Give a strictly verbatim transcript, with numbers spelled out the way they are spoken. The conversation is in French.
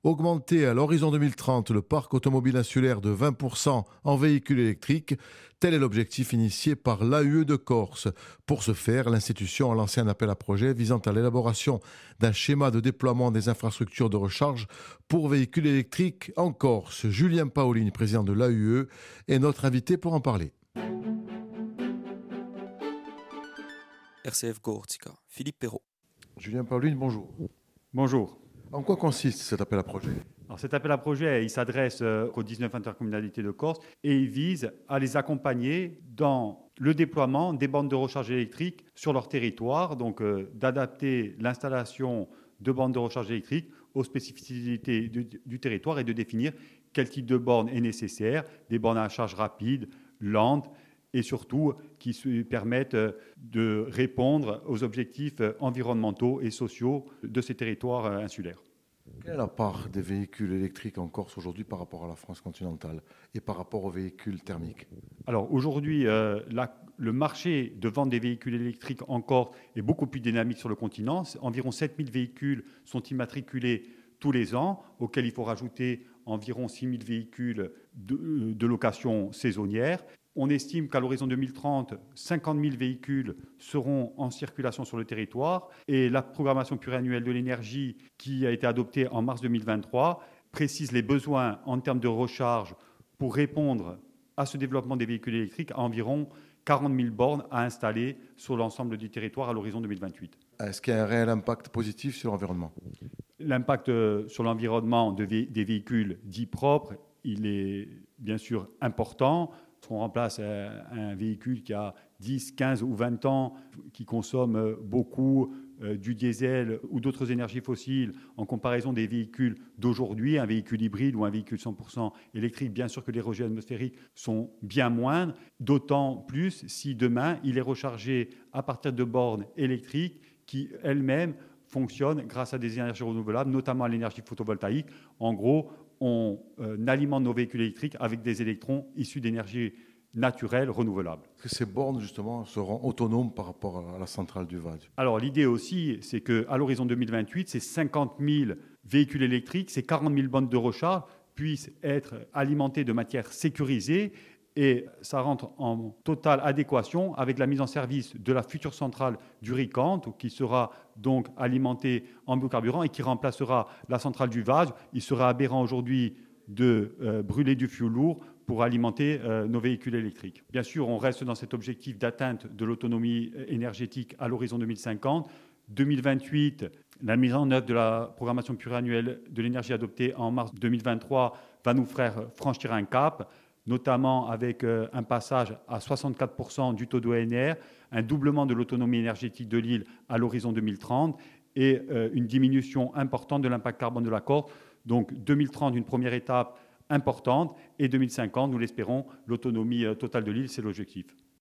Augmenter à l'horizon deux mille trente le parc automobile insulaire de vingt pour cent en véhicules électriques, tel est l'objectif initié par l'A U E de Corse. Pour ce faire, l'institution a lancé un appel à projet visant à l'élaboration d'un schéma de déploiement des infrastructures de recharge pour véhicules électriques en Corse. Julien Paolini, président de l'A U E, est notre invité pour en parler. R C F Corsica, Philippe Perrault. Julien Paolini, bonjour. Bonjour. En quoi consiste cet appel à projet ? Alors cet appel à projet, il s'adresse aux dix-neuf intercommunalités de Corse et il vise à les accompagner dans le déploiement des bandes de recharge électrique sur leur territoire, donc euh, d'adapter l'installation de bandes de recharge électrique aux spécificités du, du territoire et de définir quel type de borne est nécessaire, des bornes à charge rapide, lente, et surtout qui se permettent de répondre aux objectifs environnementaux et sociaux de ces territoires insulaires. Quelle est la part des véhicules électriques en Corse aujourd'hui par rapport à la France continentale et par rapport aux véhicules thermiques ? Alors aujourd'hui, euh, la, le marché de vente des véhicules électriques en Corse est beaucoup plus dynamique sur le continent. Environ sept mille véhicules sont immatriculés tous les ans, auxquels il faut rajouter environ six mille véhicules de, de location saisonnière. On estime qu'à l'horizon deux mille trente, cinquante mille véhicules seront en circulation sur le territoire et la programmation pluriannuelle de l'énergie qui a été adoptée en mars deux mille vingt-trois précise les besoins en termes de recharge pour répondre à ce développement des véhicules électriques à environ quarante mille bornes à installer sur l'ensemble du territoire à l'horizon deux mille vingt-huit. Est-ce qu'il y a un réel impact positif sur l'environnement ? L'impact sur l'environnement de vé- des véhicules dits propres, il est bien sûr important. On remplace un véhicule qui a dix, quinze ou vingt ans, qui consomme beaucoup euh, du diesel ou d'autres énergies fossiles en comparaison des véhicules d'aujourd'hui, un véhicule hybride ou un véhicule cent pour cent électrique. Bien sûr que les rejets atmosphériques sont bien moindres, d'autant plus si demain il est rechargé à partir de bornes électriques qui elles-mêmes fonctionnent grâce à des énergies renouvelables, notamment à l'énergie photovoltaïque. En gros, on euh, alimente nos véhicules électriques avec des électrons issus d'énergie naturelle renouvelable. Est-ce que ces bornes, justement, seront autonomes par rapport à la centrale du Vage ? Alors, l'idée aussi, c'est qu'à l'horizon deux mille vingt-huit, ces cinquante mille véhicules électriques, ces quarante mille bornes de recharge puissent être alimentés de manière sécurisée et ça rentre en totale adéquation avec la mise en service de la future centrale du Ricante, qui sera donc alimentée en biocarburant et qui remplacera la centrale du Vage. Il sera aberrant aujourd'hui de euh, brûler du fioul lourd pour alimenter euh, nos véhicules électriques. Bien sûr, on reste dans cet objectif d'atteinte de l'autonomie énergétique à l'horizon deux mille cinquante. deux mille vingt-huit, la mise en œuvre de la programmation pluriannuelle de l'énergie adoptée en mars deux mille vingt-trois va nous faire franchir un cap, notamment avec euh, un passage à soixante-quatre pour cent du taux d'O N R, un doublement de l'autonomie énergétique de l'île à l'horizon deux mille trente et euh, une diminution importante de l'impact carbone de la Corse. Donc deux mille trente, une première étape importante, et deux mille cinquante, nous l'espérons, l'autonomie euh, totale de l'île, c'est l'objectif.